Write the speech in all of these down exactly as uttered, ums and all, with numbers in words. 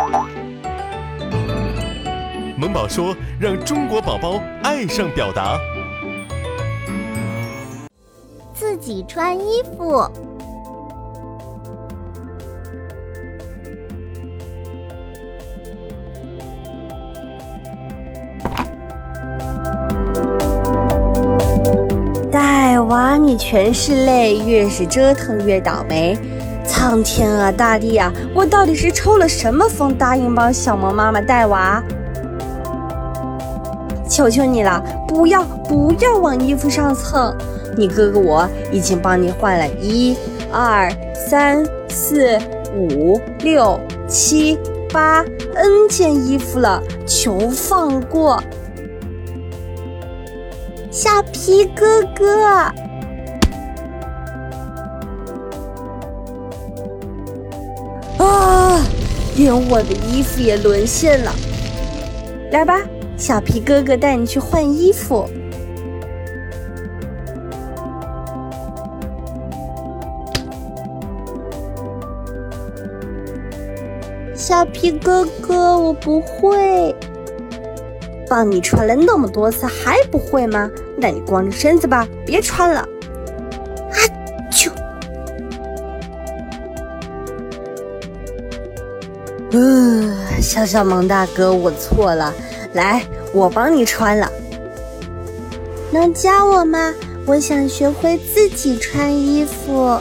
萌宝说让中国宝宝爱上表达。 自己穿衣服。 带娃你全是泪，越是折腾越倒霉。苍天啊，大地啊，我到底是抽了什么风，答应帮小萌妈妈带娃？求求你了，不要不要往衣服上蹭！你哥哥我已经帮你换了一、二、三、四、五、六、七、八 N 件衣服了，求放过！ 小皮哥哥， 啊，连我的衣服也沦陷了。来吧，小皮哥哥带你去换衣服。 小皮哥哥，我不会。 帮你穿了那么多次还不会吗？那你光着身子吧，别穿了。 啊啾！ 呃，小小萌大哥，我错了，来，我帮你穿了。 能教我吗？我想学会自己穿衣服。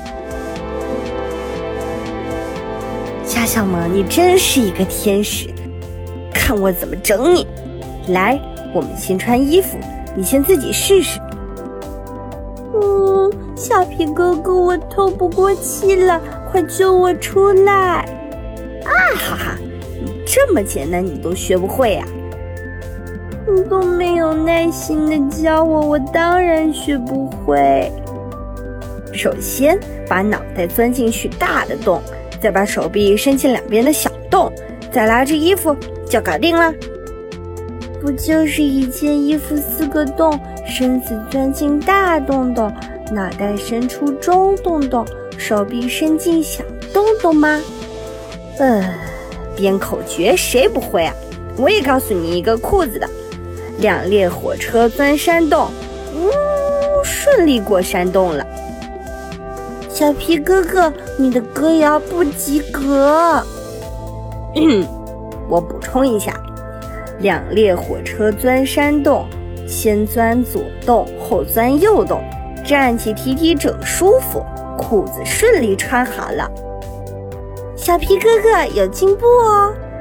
小小萌，你真是一个天使，看我怎么整你！来，我们先穿衣服，你先自己试试。 嗯，小皮哥哥，我透不过气了，快救我出来！ 啊哈哈，这么简单你都学不会呀、 啊？你都没有耐心的教我，我当然学不会。 首先把脑袋钻进去大的洞，再把手臂伸进两边的小洞，再拉着衣服就搞定了。 不就是一件衣服四个洞，身子钻进大洞洞，脑袋伸出中洞洞，手臂伸进小洞洞吗？ 呃，编口诀谁不会啊？我也告诉你一个裤子的，两列火车钻山洞，呜、嗯，顺利过山洞了。 小皮哥哥，你的歌谣不及格。 嗯，我补充一下。两列火车钻山洞，先钻左洞，后钻右洞，站起提提整舒服，裤子顺利穿好了。 小皮哥哥有进步哦。